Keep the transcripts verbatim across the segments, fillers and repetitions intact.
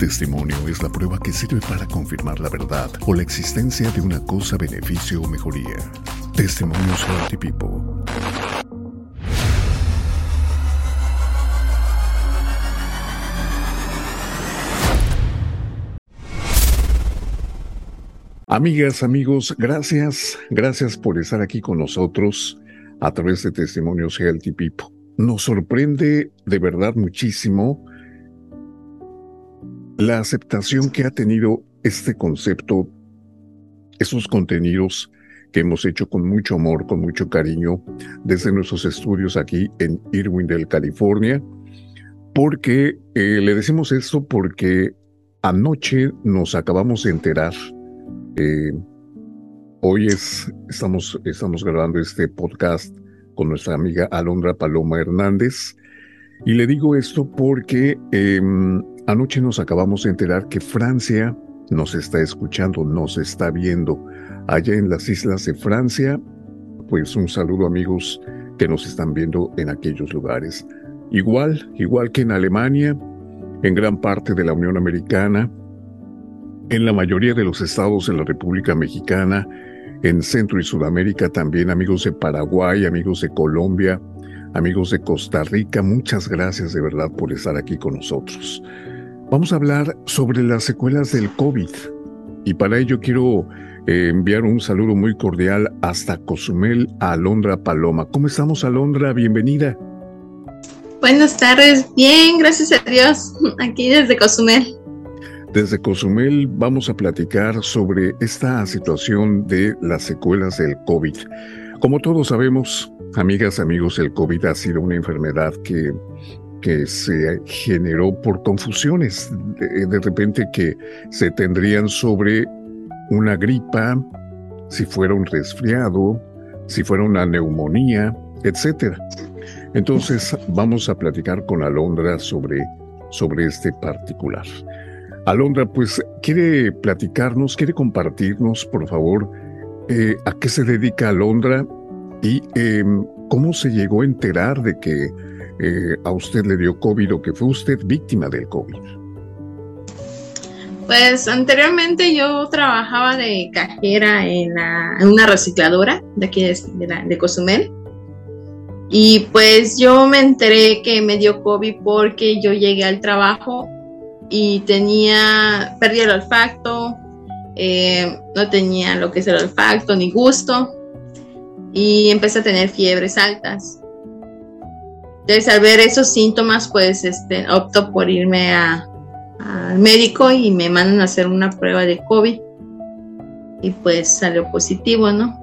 Testimonio es la prueba que sirve para confirmar la verdad o la existencia de una cosa, beneficio o mejoría. Testimonios Healthy People. Amigas, amigos, gracias, gracias por estar aquí con nosotros a través de Testimonios Healthy People. Nos sorprende de verdad muchísimo la aceptación que ha tenido este concepto, esos contenidos que hemos hecho con mucho amor, con mucho cariño, desde nuestros estudios aquí en Irwindale, California, porque eh, le decimos esto porque anoche nos acabamos de enterar. Eh, hoy es, estamos, estamos grabando este podcast con nuestra amiga Alondra Paloma Hernández, y le digo esto porque eh, anoche nos acabamos de enterar que Francia nos está escuchando, nos está viendo. Allá en las islas de Francia, pues un saludo, amigos que nos están viendo en aquellos lugares. Igual, igual que en Alemania, en gran parte de la Unión Americana, en la mayoría de los estados de la República Mexicana, en Centro y Sudamérica también, amigos de Paraguay, amigos de Colombia, amigos de Costa Rica, muchas gracias de verdad por estar aquí con nosotros. Vamos a hablar sobre las secuelas del COVID, y para ello quiero eh, enviar un saludo muy cordial hasta Cozumel a Alondra Paloma. ¿Cómo estamos, Alondra? Bienvenida. Buenas tardes, bien, gracias a Dios, aquí desde Cozumel. Desde Cozumel vamos a platicar sobre esta situación de las secuelas del COVID. Como todos sabemos, amigas, amigos, el COVID ha sido una enfermedad que, que se generó por confusiones, de, de repente que se tendrían sobre una gripa, si fuera un resfriado, si fuera una neumonía, etcétera. Entonces vamos a platicar con Alondra sobre, sobre este particular. Alondra, pues, ¿quiere platicarnos, quiere compartirnos, por favor, eh, a qué se dedica Alondra y eh, cómo se llegó a enterar de que eh, a usted le dio COVID o que fue usted víctima del COVID? Pues anteriormente yo trabajaba de cajera en, la, en una recicladora de aquí de, de, la, de Cozumel, y pues yo me enteré que me dio COVID porque yo llegué al trabajo y tenía, perdí el olfato, eh, no tenía lo que es el olfato ni gusto, y empecé a tener fiebres altas. Entonces, al ver esos síntomas, pues este, opto por irme a, al médico y me mandan a hacer una prueba de COVID, y pues salió positivo, ¿no?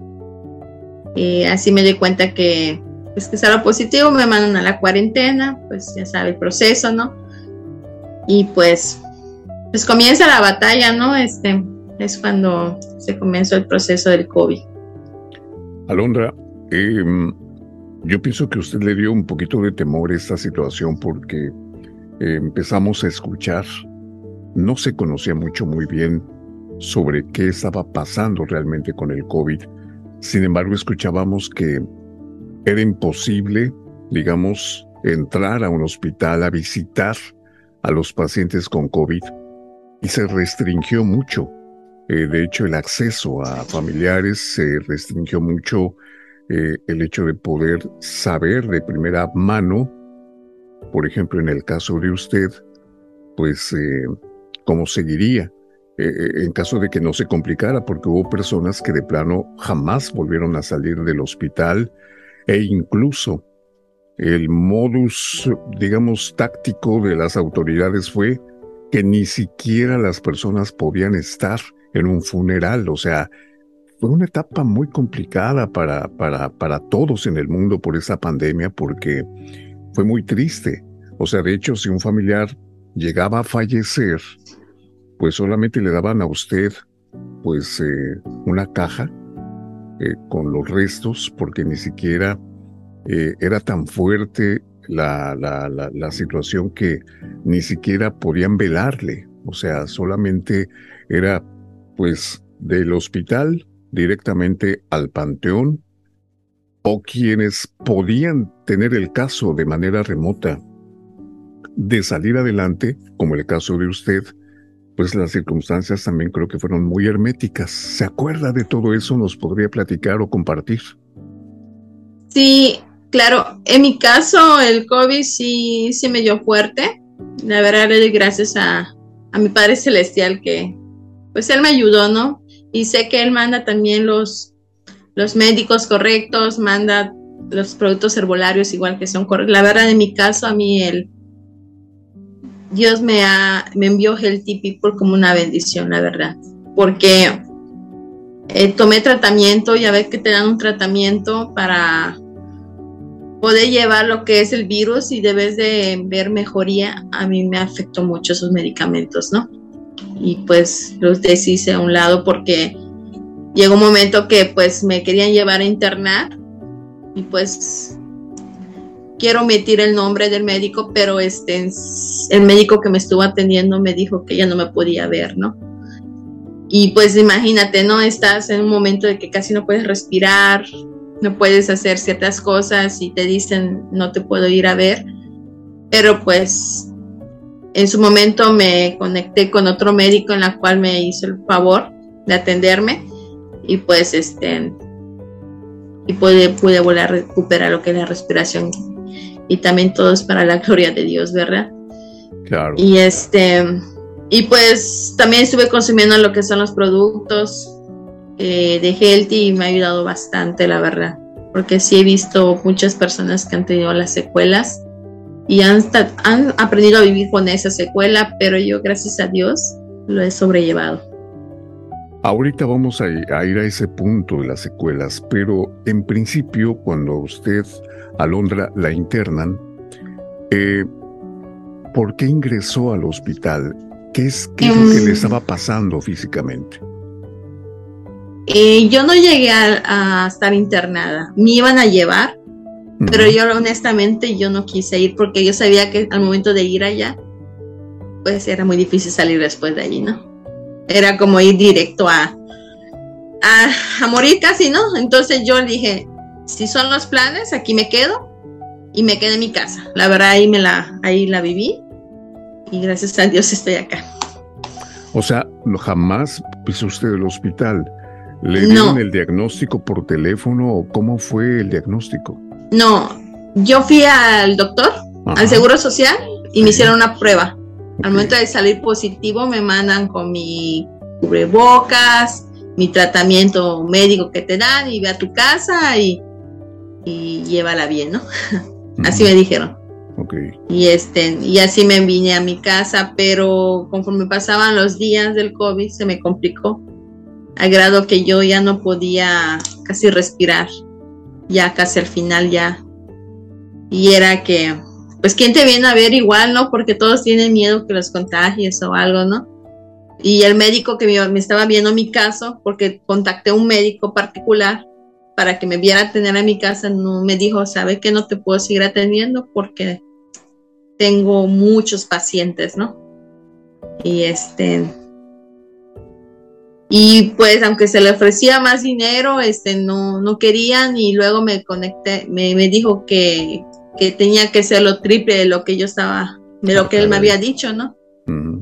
Y así me di cuenta que, pues, que salió positivo, me mandan a la cuarentena, pues ya sabe el proceso, ¿no? Y pues, pues comienza la batalla, ¿no? Este, es cuando se comenzó el proceso del COVID. Alondra, eh, yo pienso que a usted le dio un poquito de temor esta situación porque eh, empezamos a escuchar, no se conocía mucho muy bien sobre qué estaba pasando realmente con el COVID. Sin embargo, escuchábamos que era imposible, digamos, entrar a un hospital a visitar a los pacientes con COVID, y se restringió mucho. Eh, de hecho, el acceso a familiares se restringió mucho, eh, el hecho de poder saber de primera mano, por ejemplo, en el caso de usted, pues, eh, cómo seguiría, eh, en caso de que no se complicara, porque hubo personas que de plano jamás volvieron a salir del hospital, e incluso el modus, digamos, táctico de las autoridades fue que ni siquiera las personas podían estar en un funeral. O sea, fue una etapa muy complicada para, para, para todos en el mundo por esa pandemia, porque fue muy triste. O sea, de hecho, si un familiar llegaba a fallecer, pues solamente le daban a usted, pues, eh, una caja eh, con los restos, porque ni siquiera Eh, era tan fuerte la, la, la, la situación que ni siquiera podían velarle. O sea, solamente era, pues, del hospital directamente al panteón, o quienes podían tener el caso de manera remota, de salir adelante, como el caso de usted, pues las circunstancias también creo que fueron muy herméticas. ¿Se acuerda de todo eso? ¿Nos podría platicar o compartir? Sí, claro, en mi caso el COVID sí, sí me dio fuerte. La verdad le doy gracias a, a mi Padre Celestial que pues Él me ayudó, ¿no? Y sé que Él manda también los, los médicos correctos, manda los productos herbolarios igual que son correctos. La verdad en mi caso a mí el Dios me, ha, me envió Healthy People como una bendición, la verdad, porque eh, tomé tratamiento, ya ves que te dan un tratamiento para poder llevar lo que es el virus y debes de ver mejoría. A mí me afectó mucho esos medicamentos, ¿no? Y pues los deshice a un lado porque llegó un momento que pues me querían llevar a internar y pues quiero omitir el nombre del médico, pero este, el médico que me estuvo atendiendo me dijo que ya no me podía ver, ¿no? Y pues imagínate, ¿no? Estás en un momento de que casi no puedes respirar, no puedes hacer ciertas cosas y te dicen no te puedo ir a ver, pero pues en su momento me conecté con otro médico en la cual me hizo el favor de atenderme y pues este y pude, pude volver a recuperar lo que es la respiración y también todo es para la gloria de Dios, ¿verdad? Claro. Y este y pues también estuve consumiendo lo que son los productos eh, de Healthy y me ha ayudado bastante, la verdad, porque sí he visto muchas personas que han tenido las secuelas y han, han aprendido a vivir con esa secuela, pero yo gracias a Dios lo he sobrellevado. Ahorita vamos a, a ir a ese punto de las secuelas, pero en principio cuando usted, Alondra, la internan, eh, ¿por qué ingresó al hospital? ¿Qué es, qué es mm. lo que le estaba pasando físicamente? Eh, yo no llegué a, a estar internada, me iban a llevar, uh-huh. pero yo honestamente yo no quise ir porque yo sabía que al momento de ir allá, pues era muy difícil salir después de allí, ¿no? Era como ir directo a, a, a morir casi, ¿no? Entonces yo dije, si son los planes, aquí me quedo y me quedé en mi casa. La verdad ahí, me la, ahí la viví y gracias a Dios estoy acá. O sea, jamás pisó usted el hospital. ¿Le dieron no. el diagnóstico por teléfono o cómo fue el diagnóstico? No, yo fui al doctor, Ajá. al Seguro Social y sí. me hicieron una prueba. Okay. Al momento de salir positivo me mandan con mi cubrebocas, mi tratamiento médico que te dan y ve a tu casa y, y llévala bien, ¿no? Uh-huh. Así me dijeron. Okay. Y, este, y así me vine a mi casa, pero conforme pasaban los días del COVID se me complicó, al grado que yo ya no podía casi respirar, ya casi al final ya. Y era que, pues, ¿quién te viene a ver igual, no? Porque todos tienen miedo que los contagies o algo, ¿no? Y el médico que me, me estaba viendo mi caso, porque contacté a un médico particular para que me viera atender a mi casa, no me dijo, ¿sabe que no te puedo seguir atendiendo? Porque tengo muchos pacientes, ¿no? Y este... Y pues aunque se le ofrecía más dinero, este no, no querían y luego me conecté, me, me dijo que, que tenía que ser lo triple de lo que yo estaba, de lo que él me había dicho, ¿no? Uh-huh.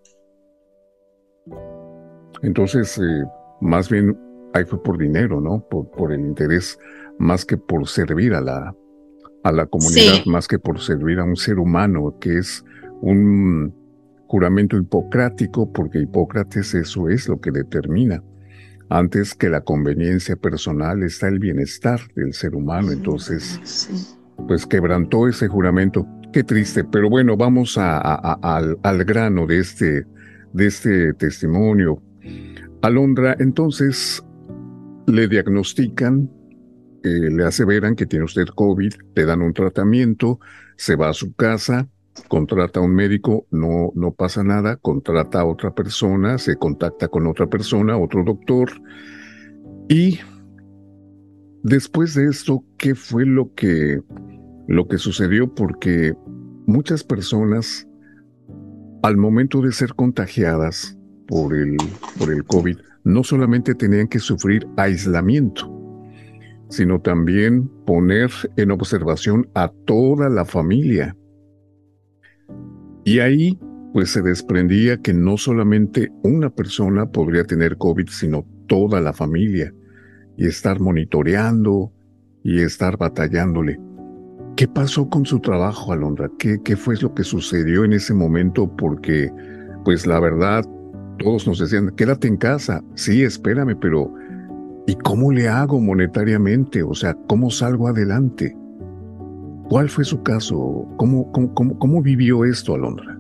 Entonces, eh, más bien ahí fue por dinero, ¿no? Por, por el interés, más que por servir a la, a la comunidad, sí. más que por servir a un ser humano, que es un juramento hipocrático, porque Hipócrates eso es lo que determina. Antes que la conveniencia personal está el bienestar del ser humano. Entonces, sí. pues quebrantó ese juramento. Qué triste, pero bueno, vamos a, a, a, al, al grano de este, de este testimonio. Alondra, entonces le diagnostican, eh, le aseveran que tiene usted COVID, le dan un tratamiento, se va a su casa, contrata a un médico, no, no pasa nada, contrata a otra persona, se contacta con otra persona, otro doctor. Y después de esto, ¿qué fue lo que, lo que sucedió? Porque muchas personas, al momento de ser contagiadas por el, por el COVID, no solamente tenían que sufrir aislamiento, sino también poner en observación a toda la familia. Y ahí, pues se desprendía que no solamente una persona podría tener COVID, sino toda la familia, y estar monitoreando y estar batallándole. ¿Qué pasó con su trabajo, Alondra? ¿Qué, qué fue lo que sucedió en ese momento? Porque, pues la verdad, todos nos decían, quédate en casa. Sí, espérame, pero ¿y cómo le hago monetariamente? O sea, ¿cómo salgo adelante? ¿Cuál fue su caso? ¿Cómo, cómo, cómo, cómo vivió esto, Alondra?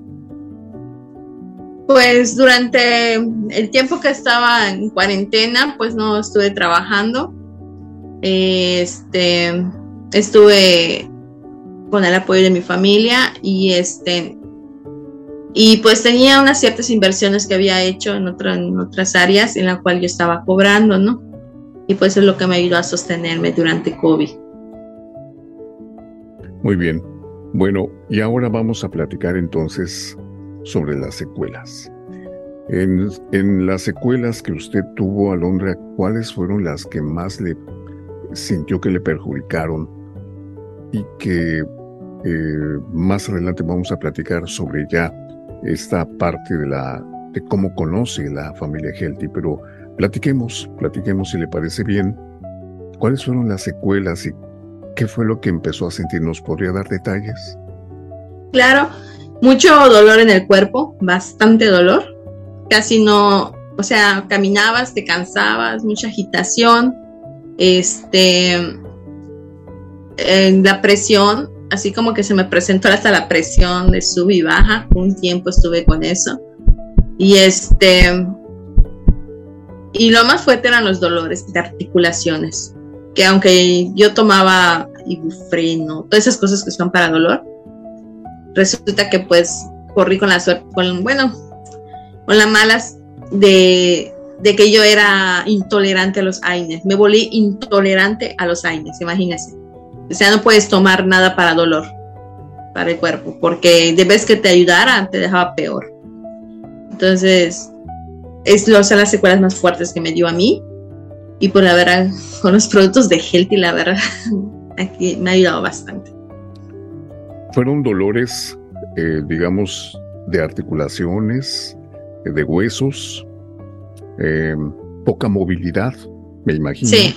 Pues durante el tiempo que estaba en cuarentena, pues no estuve trabajando. Este, estuve con el apoyo de mi familia y este, y pues tenía unas ciertas inversiones que había hecho en, otra, en otras áreas en la cual yo estaba cobrando, ¿no? Y pues es lo que me ayudó a sostenerme durante COVID. Muy bien. Bueno, y ahora vamos a platicar entonces sobre las secuelas. En, en las secuelas que usted tuvo, Alondra, ¿cuáles fueron las que más le sintió que le perjudicaron? Y que eh, más adelante vamos a platicar sobre ya esta parte de la de cómo conoce la familia Helty, pero platiquemos, platiquemos si le parece bien, ¿cuáles fueron las secuelas y qué fue lo que empezó a sentir? ¿Nos podría dar detalles? Claro, mucho dolor en el cuerpo, bastante dolor, casi no, o sea, caminabas, te cansabas, mucha agitación, este, en la presión, así como que se me presentó hasta la presión de sub y baja, un tiempo estuve con eso, y este, y lo más fuerte eran los dolores de articulaciones, que aunque yo tomaba ibuprofeno, todas esas cosas que son para dolor, resulta que pues corrí con la suerte, con, bueno, con las malas de, de que yo era intolerante a los A I N E S. Me volví intolerante a los A I N E S, imagínense. O sea, no puedes tomar nada para dolor, para el cuerpo, porque de vez que te ayudara, te dejaba peor. Entonces, es lo, son las secuelas más fuertes que me dio a mí. Y por la verdad, con los productos de Helty, la verdad, aquí me ha ayudado bastante. Fueron dolores, eh, digamos, de articulaciones, eh, de huesos, eh, poca movilidad, me imagino. Sí.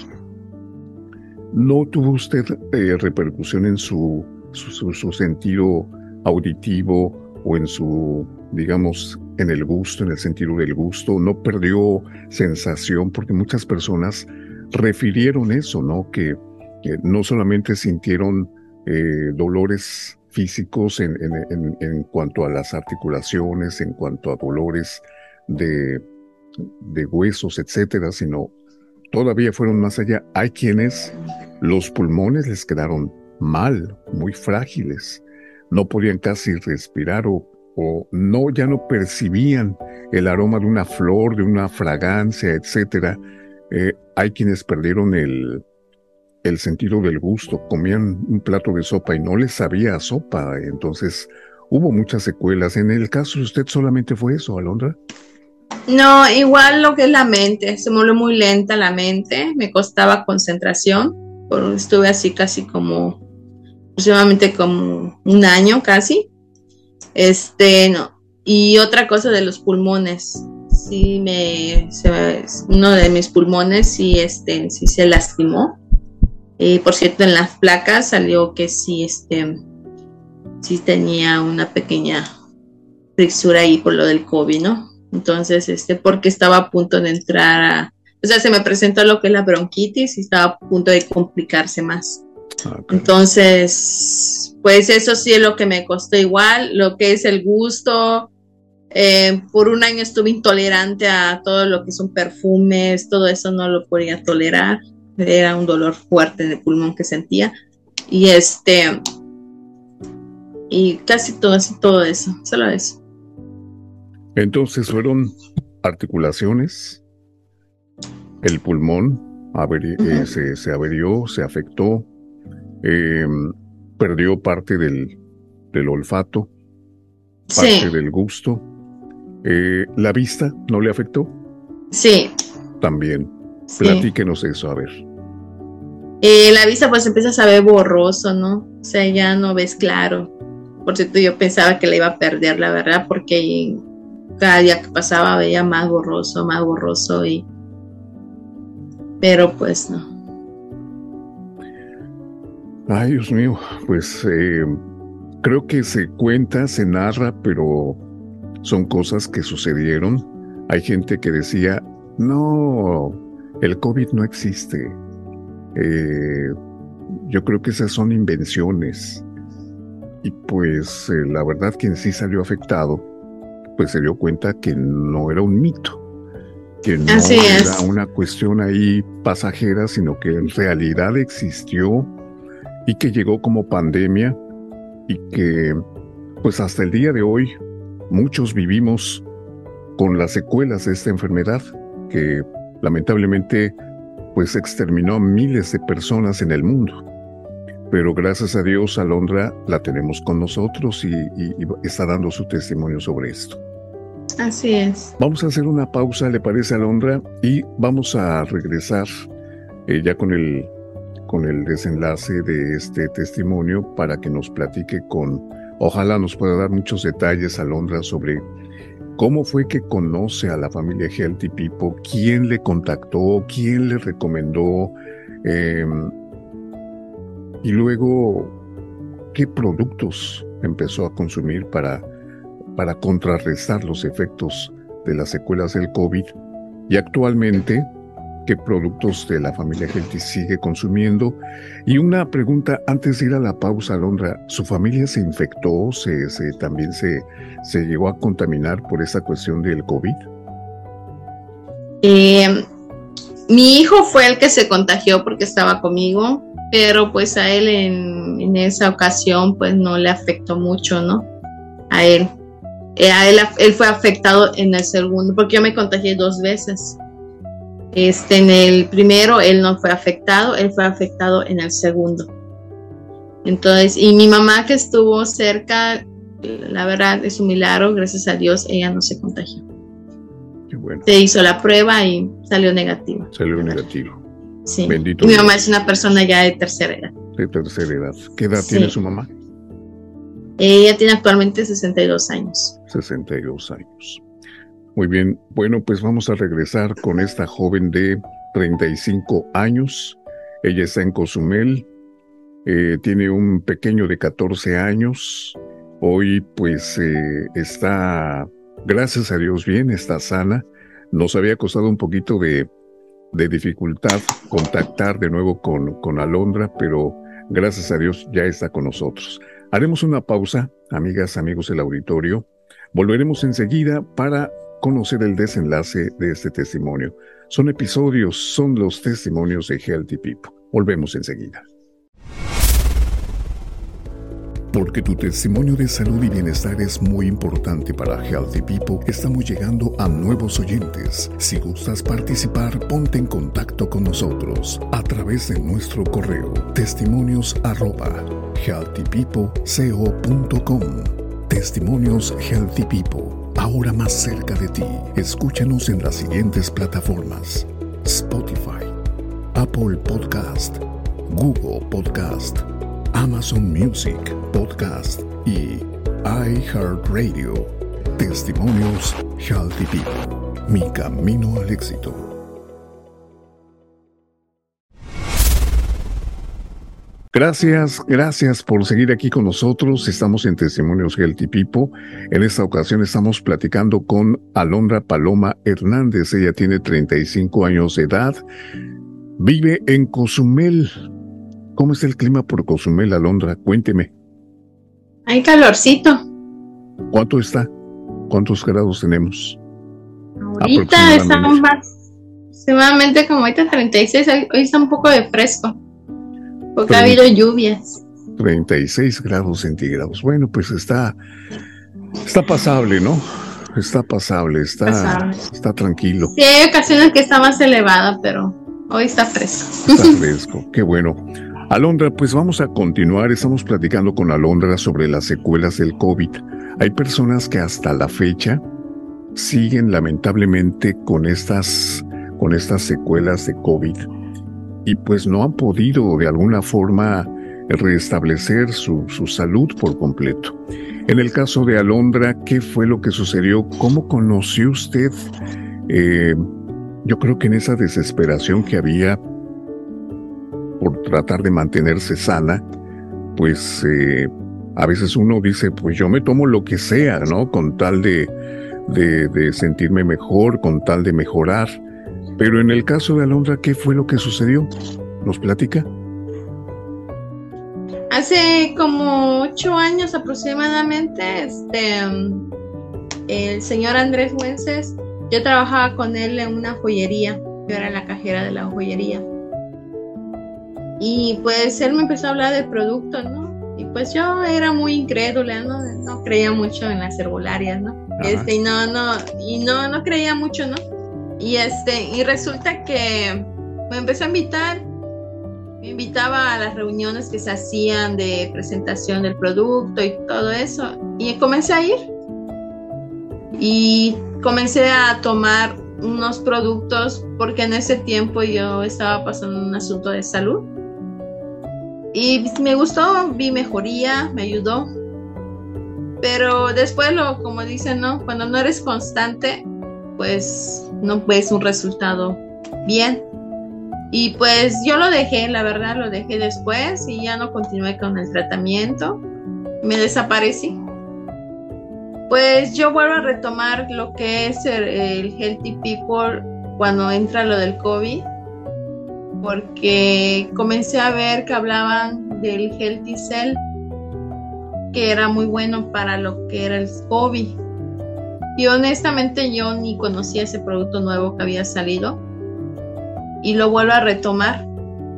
¿No tuvo usted eh, repercusión en su, su, su, su sentido auditivo o en su, digamos, en el gusto, en el sentido del gusto? ¿No perdió sensación? Porque muchas personas refirieron eso, ¿no? Que, que no solamente sintieron eh, dolores físicos en, en, en, en cuanto a las articulaciones, en cuanto a dolores de, de huesos, etcétera, sino todavía fueron más allá. Hay quienes los pulmones les quedaron mal, muy frágiles, no podían casi respirar o, o no, ya no percibían el aroma de una flor, de una fragancia, etcétera. Eh, hay quienes perdieron el, el sentido del gusto, comían un plato de sopa y no les sabía a sopa, entonces hubo muchas secuelas. En el caso de usted solamente fue eso, Alondra. No, igual lo que es la mente, se me volvió muy lenta la mente, me costaba concentración, estuve así casi como, aproximadamente como un año casi, este, no, y otra cosa de los pulmones, sí me, se me uno de mis pulmones sí, este, sí se lastimó, y por cierto en las placas salió que sí, este, sí tenía una pequeña frictura ahí por lo del COVID, ¿no? Entonces, este, porque estaba a punto de entrar a, o sea, se me presentó lo que es la bronquitis y estaba a punto de complicarse más. Okay. Entonces, pues eso sí es lo que me costó igual, lo que es el gusto. Eh, por un año estuve intolerante a todo lo que son perfumes, todo eso no lo podía tolerar. Era un dolor fuerte en el pulmón que sentía. Y este, y casi todo, así, todo eso, solo eso. Entonces fueron articulaciones, el pulmón averi- uh-huh. eh, se, se averió, se afectó, eh, perdió parte del, del olfato, parte sí. del gusto. Eh, ¿La vista no le afectó? Sí. También. Sí. Platíquenos eso, a ver. Eh, la vista pues empieza a ver borroso, ¿no? O sea, ya no ves claro. Por cierto, yo pensaba que la iba a perder, la verdad, porque cada día que pasaba veía más borroso, más borroso, y pero pues no. Ay, Dios mío, pues eh, creo que se cuenta, se narra, pero son cosas que sucedieron. Hay gente que decía, no, el COVID no existe. Eh, yo creo que esas son invenciones. Y pues eh, la verdad quien sí salió afectado, pues se dio cuenta que no era un mito, que no Así era es. una cuestión ahí pasajera, sino que en realidad existió y que llegó como pandemia y que pues hasta el día de hoy muchos vivimos con las secuelas de esta enfermedad que lamentablemente pues exterminó a miles de personas en el mundo. Pero gracias a Dios, Alondra la tenemos con nosotros y, y, y está dando su testimonio sobre esto. Así es. Vamos a hacer una pausa, ¿le parece, Alondra? Y vamos a regresar eh, ya con el, con el desenlace de este testimonio para que nos platique con, ojalá nos pueda dar muchos detalles, Alondra, sobre cómo fue que conoce a la familia Healthy People, quién le contactó, quién le recomendó, eh, y luego qué productos empezó a consumir para, para contrarrestar los efectos de las secuelas del COVID, y actualmente qué productos de la familia Healthy sigue consumiendo. Y una pregunta antes de ir a la pausa, Alondra, ¿su familia se infectó, se, se, también se, se llegó a contaminar por esa cuestión del COVID? Eh, mi hijo fue el que se contagió porque estaba conmigo, pero pues a él en, en esa ocasión pues no le afectó mucho, ¿no? A él. Eh, a él, él fue afectado en el segundo, porque yo me contagié dos veces. Este, en el primero él no fue afectado, él fue afectado en el segundo. Entonces, y mi mamá que estuvo cerca, la verdad es un milagro, gracias a Dios, ella no se contagió. Qué bueno. Se hizo la prueba y salió negativa. Salió negativo. Sí. Bendito y mi Dios. mamá es una persona ya de tercera edad. De tercera edad. ¿Qué edad Sí. tiene su mamá? Ella tiene actualmente sesenta y dos años. sesenta y dos años. Muy bien, bueno, pues vamos a regresar con esta joven de treinta y cinco años. Ella está en Cozumel, eh, tiene un pequeño de catorce años. Hoy pues eh, está, gracias a Dios, bien, está sana. Nos había costado un poquito de, de dificultad contactar de nuevo con, con Alondra, pero gracias a Dios ya está con nosotros. Haremos una pausa, amigas, amigos del auditorio. Volveremos enseguida para conocer el desenlace de este testimonio. Son episodios, son los testimonios de Healthy People. Volvemos enseguida. Porque tu testimonio de salud y bienestar es muy importante para Healthy People, estamos llegando a nuevos oyentes. Si gustas participar, ponte en contacto con nosotros a través de nuestro correo testimonios arroba healthy people co punto com. Testimonios Healthy People, ahora más cerca de ti. Escúchanos en las siguientes plataformas: Spotify, Apple Podcast, Google Podcast, Amazon Music Podcast y iHeartRadio. Testimonios Healthy People, mi camino al éxito. Gracias, gracias por seguir aquí con nosotros. Estamos en Testimonios Healthy People. En esta ocasión estamos platicando con Alondra Paloma Hernández. Ella tiene treinta y cinco años de edad. Vive en Cozumel. ¿Cómo está el clima por Cozumel, Alondra? Cuénteme. Hay calorcito. ¿Cuánto está? ¿Cuántos grados tenemos? Ahorita está aproximadamente como ahorita treinta y seis. Hoy está un poco de fresco, porque ha habido lluvias. treinta y seis grados centígrados. Bueno, pues está, está pasable, ¿no? Está pasable, está, pasable. Está tranquilo. Sí, hay ocasiones que está más elevada, pero hoy está fresco. Está fresco, qué bueno. Alondra, pues vamos a continuar. Estamos platicando con Alondra sobre las secuelas del COVID. Hay personas que hasta la fecha siguen lamentablemente con estas, con estas secuelas de COVID y pues no han podido de alguna forma restablecer su, su salud por completo. En el caso de Alondra, ¿qué fue lo que sucedió? ¿Cómo conoció usted? Eh, yo creo que en esa desesperación que había por tratar de mantenerse sana, pues eh, a veces uno dice, pues yo me tomo lo que sea, ¿no? Con tal de, de, de sentirme mejor, con tal de mejorar. Pero en el caso de Alondra, ¿qué fue lo que sucedió? ¿Nos platica? Hace como ocho años aproximadamente, este, el señor Andrés Güences, yo trabajaba con él en una joyería, yo era la cajera de la joyería. Y pues él me empezó a hablar del producto, ¿no? Y pues yo era muy incrédula, ¿no? No creía mucho en las herbolarias, ¿no? Este, y no, no, y no, no creía mucho, ¿no? Y este, y resulta que me empezó a invitar, me invitaba a las reuniones que se hacían de presentación del producto y todo eso, y comencé a ir. Y comencé a tomar unos productos porque en ese tiempo yo estaba pasando un asunto de salud. Y me gustó, vi mejoría, me ayudó. Pero después, lo, como dicen, ¿no? Cuando no eres constante, pues no ves un resultado bien. Y pues yo lo dejé, la verdad, lo dejé después y ya no continué con el tratamiento. Me desaparecí. Pues yo vuelvo a retomar lo que es el, el Healthy People cuando entra lo del COVID, porque comencé a ver que hablaban del Healthy Cell, que era muy bueno para lo que era el COVID. Y honestamente yo ni conocía ese producto nuevo que había salido y lo vuelvo a retomar.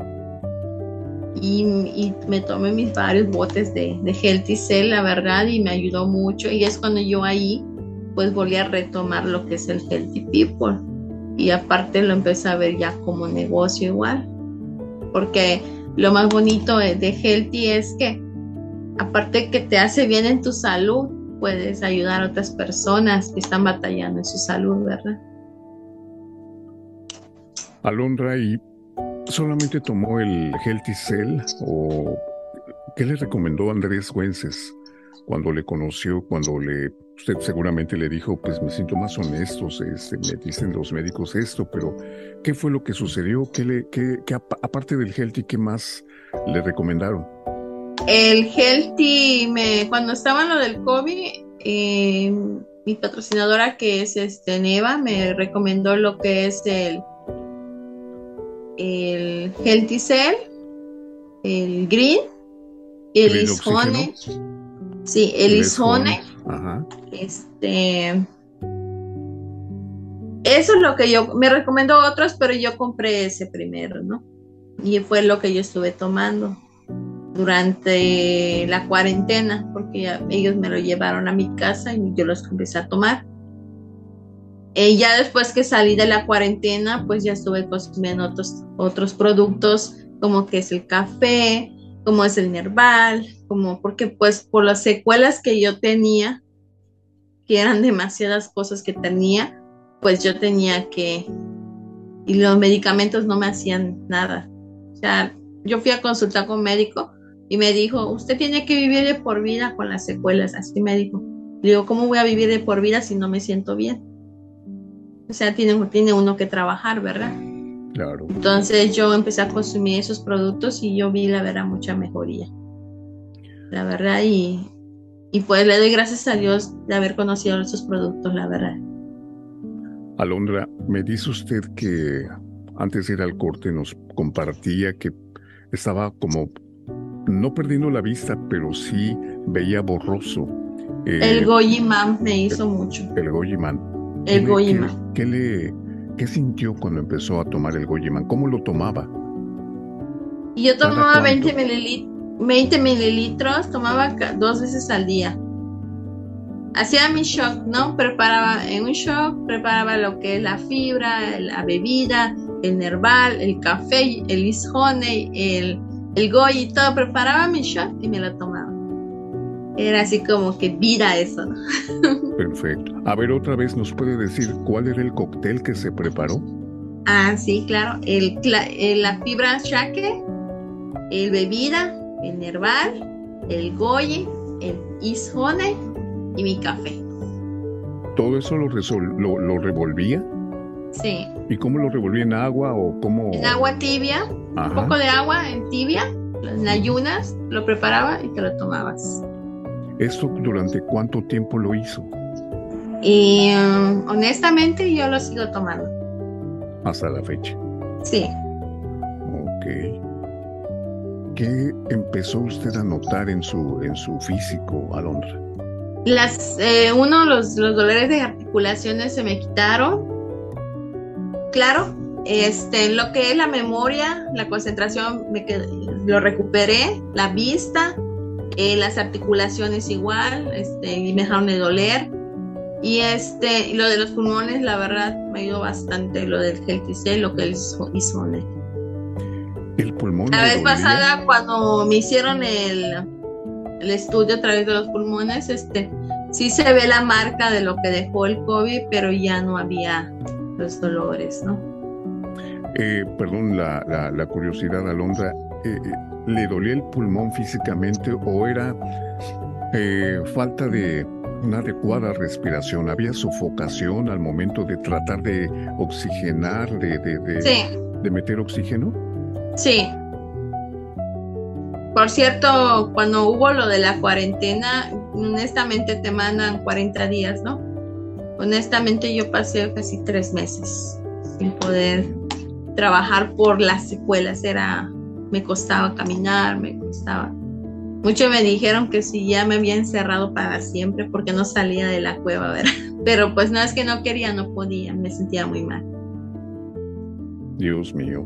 Y, y me tomé mis varios botes de, de Healthy Cell, la verdad, y me ayudó mucho. Y es cuando yo ahí pues volví a retomar lo que es el Healthy People. Y aparte lo empecé a ver ya como negocio igual. Porque lo más bonito de, de Healthy es que aparte que te hace bien en tu salud, puedes ayudar a otras personas que están batallando en su salud, ¿verdad? Alondra, ¿y solamente tomó el Healthy Cell o qué le recomendó Andrés Güences cuando le conoció, cuando le usted seguramente le dijo, pues mis síntomas son estos, este, me dicen los médicos esto, pero ¿qué fue lo que sucedió? ¿Qué le, qué, qué, aparte del Healthy, qué más le recomendaron? El Healthy, me, cuando estaba en lo del COVID, eh, mi patrocinadora, que es este, Neva, me recomendó lo que es el el Healthy Cell, el Green, el Ishone, sí, el Ishone, este, eso es lo que yo, me recomendó otros, pero yo compré ese primero, ¿no? Y fue lo que yo estuve tomando durante la cuarentena, porque ya, ellos me lo llevaron a mi casa y yo los empecé a tomar. Eh, ya después que salí de la cuarentena, pues ya estuve consumiendo otros, otros productos, como que es el café, como es el Nerval, como porque pues por las secuelas que yo tenía, que eran demasiadas cosas que tenía, pues yo tenía que, y los medicamentos no me hacían nada. O sea, yo fui a consultar con un médico y me dijo, usted tiene que vivir de por vida con las secuelas, así me dijo. Le digo, ¿cómo voy a vivir de por vida si no me siento bien? O sea, tiene, tiene uno que trabajar, ¿verdad? Claro. Entonces yo empecé a consumir esos productos y yo vi, la verdad, mucha mejoría. La verdad, y, y pues le doy gracias a Dios de haber conocido esos productos, la verdad. Alondra, me dice usted que antes de ir al corte nos compartía que estaba como, no perdiendo la vista, pero sí veía borroso. Eh, el Gojiman me hizo el, mucho. El Gojiman. El Gojiman. ¿Qué, qué, le, ¿Qué sintió cuando empezó a tomar el Gojiman? ¿Cómo lo tomaba? Yo tomaba veinte mililitros, veinte mililitros, tomaba dos veces al día. Hacía mi shock, ¿no? Preparaba en un shock, preparaba lo que es la fibra, la bebida, el Nerval, el café, el Ishone, el, el Goji, todo. Preparaba mi shock y me lo tomaba. Era así como que vida eso, ¿no? Perfecto. A ver, otra vez, ¿nos puede decir cuál era el cóctel que se preparó? Ah, sí, claro. El, el, la fibra shake, el bebida, el Nerval, el Goye, el Ishone y mi café. ¿Todo eso lo, resol- lo, lo revolvía? Sí. ¿Y cómo lo revolvía? ¿En agua o cómo? En agua tibia, Ajá. un poco de agua en tibia, en ayunas, lo preparaba y te lo tomabas. ¿Esto durante cuánto tiempo lo hizo? Y um, honestamente yo lo sigo tomando. Hasta la fecha. Sí. Ok. ¿Qué empezó usted a notar en su, en su físico, Alondra? Las, eh, uno, los, los dolores de articulaciones se me quitaron. Claro, este, lo que es la memoria, la concentración, me quedé, lo recuperé, la vista, eh, las articulaciones igual, este, y me dejaron de doler. Y este, lo de los pulmones, la verdad, me ayudó bastante, lo del Gelticel, lo que hizo Ishone. ¿El pulmón La le vez dolía? pasada, cuando me hicieron el, el estudio a través de los pulmones, este, sí se ve la marca de lo que dejó el COVID, pero ya no había los dolores, ¿no? Eh, perdón, la, la, la curiosidad, Alondra, eh, eh, ¿le dolía el pulmón físicamente o era eh, falta de una adecuada respiración? ¿Había sofocación al momento de tratar de oxigenar, de, de, de, Sí, de meter oxígeno? sí. Por cierto, cuando hubo lo de la cuarentena, honestamente te mandan cuarenta días, ¿no? Honestamente yo pasé casi tres meses sin poder trabajar por las secuelas. Era, me costaba caminar, me costaba. Muchos me dijeron que si ya me había encerrado para siempre porque no salía de la cueva, ¿verdad? Pero pues no, es que no quería, no podía, me sentía muy mal. Dios mío.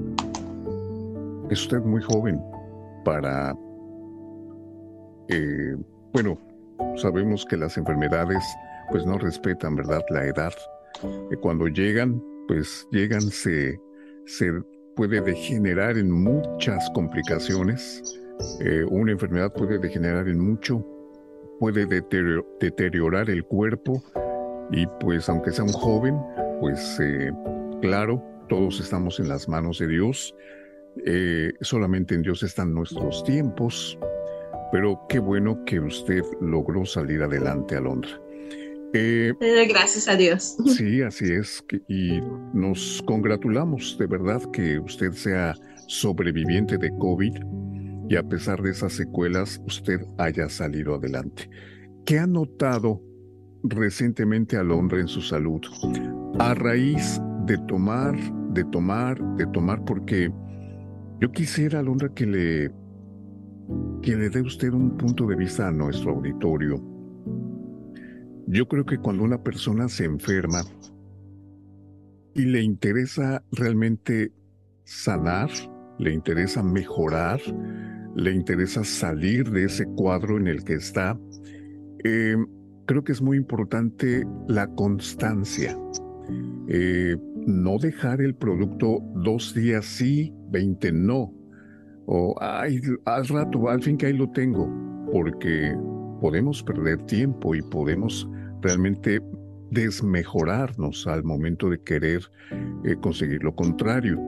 Es usted muy joven para... Eh, bueno, sabemos que las enfermedades pues no respetan, ¿verdad?, la edad. Eh, cuando llegan, pues llegan, se, se puede degenerar en muchas complicaciones. Eh, una enfermedad puede degenerar en mucho, puede deterior, deteriorar el cuerpo y pues aunque sea un joven, pues eh, claro, todos estamos en las manos de Dios. Eh, solamente en Dios están nuestros tiempos, pero qué bueno que usted logró salir adelante, Alondra. Eh, Gracias a Dios. sí, así es, que, y nos congratulamos de verdad que usted sea sobreviviente de COVID y a pesar de esas secuelas usted haya salido adelante. ¿Qué ha notado recientemente, Alondra, en su salud a raíz de tomar, de tomar, de tomar? Porque yo quisiera, Alondra, que le, que le dé usted un punto de vista a nuestro auditorio. Yo creo que cuando una persona se enferma y le interesa realmente sanar, le interesa mejorar, le interesa salir de ese cuadro en el que está, eh, creo que es muy importante la constancia. Eh, no dejar el producto dos días sí, veinte no. O, ay, al rato, al fin que ahí lo tengo. Porque podemos perder tiempo y podemos realmente desmejorarnos al momento de querer eh, conseguir lo contrario.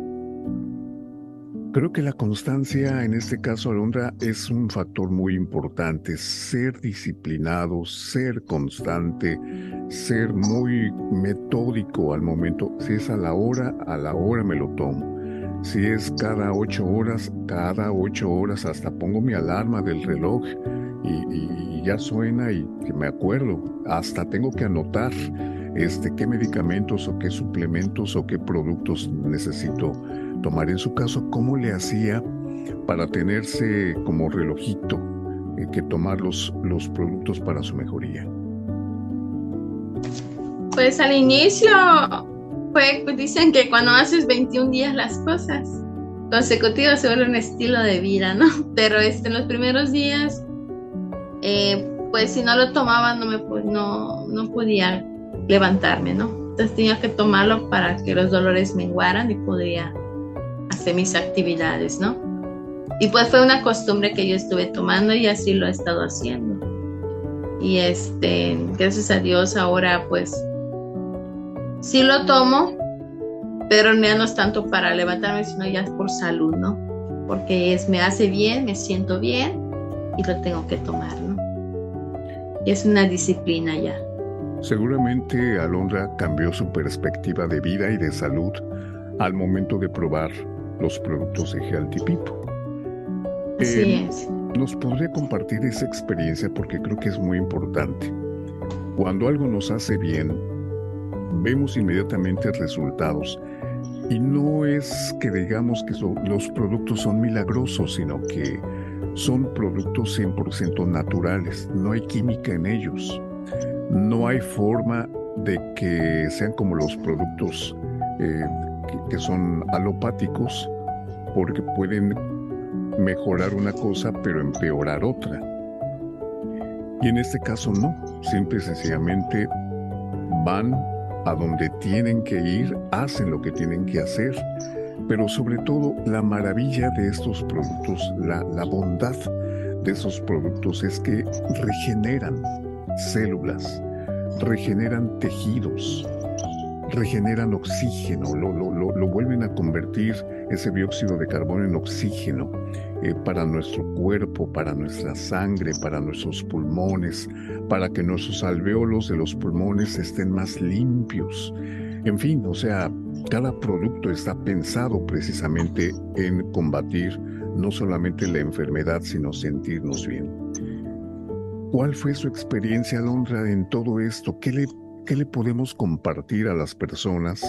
Creo que la constancia en este caso, Alondra, es un factor muy importante. Ser disciplinado, ser constante, ser muy metódico al momento. Si es a la hora, a la hora me lo tomo. Si es cada ocho horas, cada ocho horas, hasta pongo mi alarma del reloj y, y, y ya suena y me acuerdo. Hasta tengo que anotar este, qué medicamentos o qué suplementos o qué productos necesito tomar. En su caso, ¿cómo le hacía para tenerse como relojito eh, que tomar los, los productos para su mejoría? Pues al inicio, pues, pues dicen que cuando haces veintiún días las cosas consecutivas se vuelve un estilo de vida, ¿no? Pero este, en los primeros días, eh, pues si no lo tomaba no, me, no, no podía levantarme, ¿no? Entonces tenía que tomarlo para que los dolores menguaran y podía hacer mis actividades, ¿no? Y pues fue una costumbre que yo estuve tomando y así lo he estado haciendo. Y este, gracias a Dios ahora pues sí lo tomo, pero ya no es tanto para levantarme, sino ya por salud, ¿no? porque es, me hace bien, me siento bien y lo tengo que tomar, ¿no? Y es una disciplina ya. Seguramente Alondra cambió su perspectiva de vida y de salud al momento de probar los productos de Healthy People. Así eh, es. ¿Nos podría compartir esa experiencia? Porque creo que es muy importante. Cuando algo nos hace bien, vemos inmediatamente resultados. Y no es que digamos que so, los productos son milagrosos, sino que son productos cien por ciento naturales. No hay química en ellos. No hay forma de que sean como los productos eh, que, que son alopáticos, porque pueden mejorar una cosa pero empeorar otra. Y en este caso no. Simple y sencillamente van a donde tienen que ir, hacen lo que tienen que hacer, pero sobre todo la maravilla de estos productos, la, la bondad de esos productos es que regeneran células, regeneran tejidos, regeneran oxígeno, lo, lo, lo, lo vuelven a convertir ese dióxido de carbono en oxígeno eh, para nuestro cuerpo, para nuestra sangre, para nuestros pulmones, para que nuestros alvéolos de los pulmones estén más limpios. En fin, o sea, cada producto está pensado precisamente en combatir no solamente la enfermedad, sino sentirnos bien. ¿Cuál fue su experiencia, Alondra, en todo esto? ¿Qué le ¿Qué le podemos compartir a las personas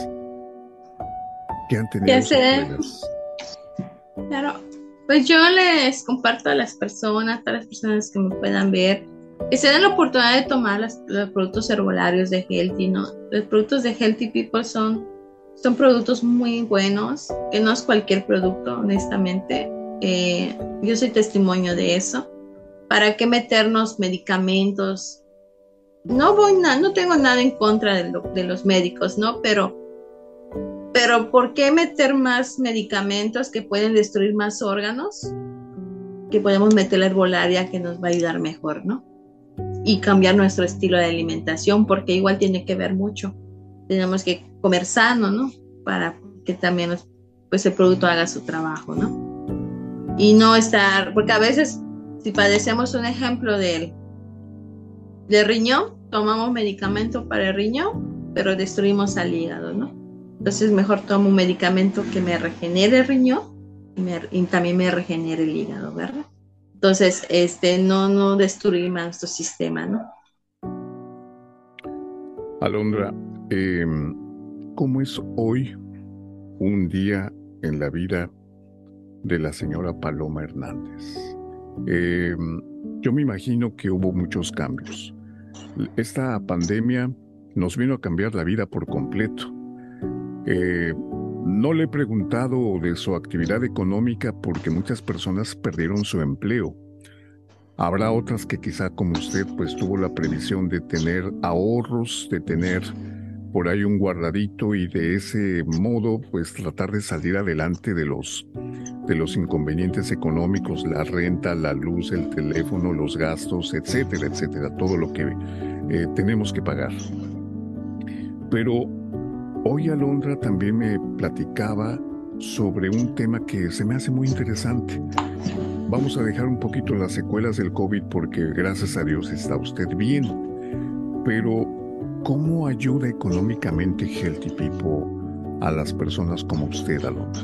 que han tenido secuelas? Claro, pues yo les comparto a las personas, a las personas que me puedan ver, que se den la oportunidad de tomar las, los productos herbolarios de Healthy, ¿no? Los productos de Healthy People son, son productos muy buenos, que no es cualquier producto, honestamente. Eh, yo soy testimonio de eso. ¿Para qué meternos medicamentos? No voy na- no tengo nada en contra de, lo, de los médicos, ¿no? Pero, pero ¿por qué meter más medicamentos que pueden destruir más órganos? Que podemos meter la herbolaria que nos va a ayudar mejor, ¿no? Y cambiar nuestro estilo de alimentación, porque igual tiene que ver mucho. Tenemos que comer sano, ¿no? Para que también pues, el producto haga su trabajo, ¿no? Y no estar, porque a veces si padecemos un ejemplo de de riñón, tomamos medicamento para el riñón, pero destruimos al hígado, ¿no? Entonces mejor tomo un medicamento que me regenere el riñón y, me, y también me regenere el hígado, ¿verdad? Entonces, este, no, no destruir más nuestro sistema, ¿no? Alondra, eh, ¿cómo es hoy un día en la vida de la señora Paloma Hernández? Eh, yo me imagino que hubo muchos cambios. Esta pandemia nos vino a cambiar la vida por completo. Eh, no le he preguntado de su actividad económica porque muchas personas perdieron su empleo. Habrá otras que quizá como usted pues tuvo la previsión de tener ahorros, de tener por ahí un guardadito y de ese modo pues tratar de salir adelante de los, de los inconvenientes económicos, la renta, la luz, el teléfono, los gastos, etcétera, etcétera, todo lo que eh, tenemos que pagar. Pero hoy Alondra también me platicaba sobre un tema que se me hace muy interesante. Vamos a dejar un poquito las secuelas del COVID porque gracias a Dios está usted bien, pero ¿cómo ayuda económicamente Healthy People a las personas como usted, Alondra?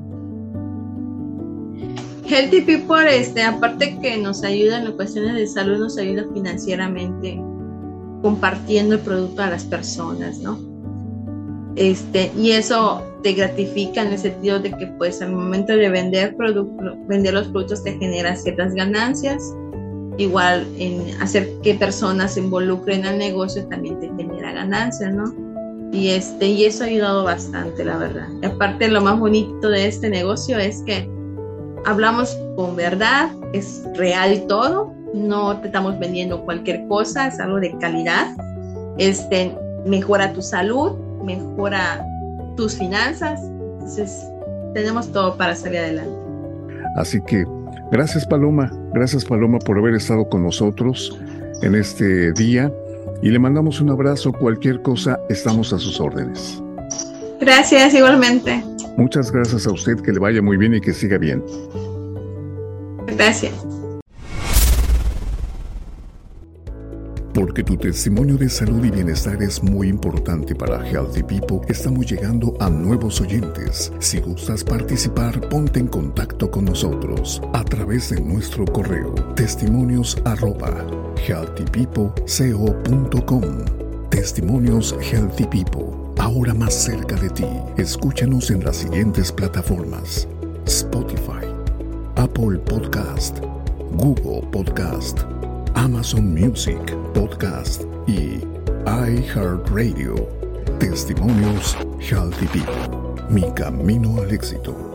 Healthy People, este, aparte que nos ayuda en las cuestiones de salud, nos ayuda financieramente compartiendo el producto a las personas, ¿no? Este, y eso te gratifica en el sentido de que pues al momento de vender, producto, vender los productos te genera ciertas ganancias. Igual en hacer que personas se involucren al negocio también te genera ganancias, ¿no? Y, este, y eso ha ayudado bastante, la verdad. Y aparte, lo más bonito de este negocio es que hablamos con verdad, es real y todo, no te estamos vendiendo cualquier cosa, es algo de calidad. Este, mejora tu salud, mejora tus finanzas, entonces tenemos todo para salir adelante. Así que gracias Paloma, gracias Paloma por haber estado con nosotros en este día y le mandamos un abrazo. Cualquier cosa, estamos a sus órdenes. Gracias, igualmente. Muchas gracias a usted, que le vaya muy bien y que siga bien. Gracias. Porque tu testimonio de salud y bienestar es muy importante para Healthy People, estamos llegando a nuevos oyentes. Si gustas participar, ponte en contacto con nosotros a través de nuestro correo testimonios arroba healthypeopleco punto com. Testimonios Healthy People, ahora más cerca de ti. Escúchanos en las siguientes plataformas: Spotify, Apple Podcast, Google Podcast, Amazon Music Podcast y iHeartRadio. Testimonios Healthy People, mi camino al éxito.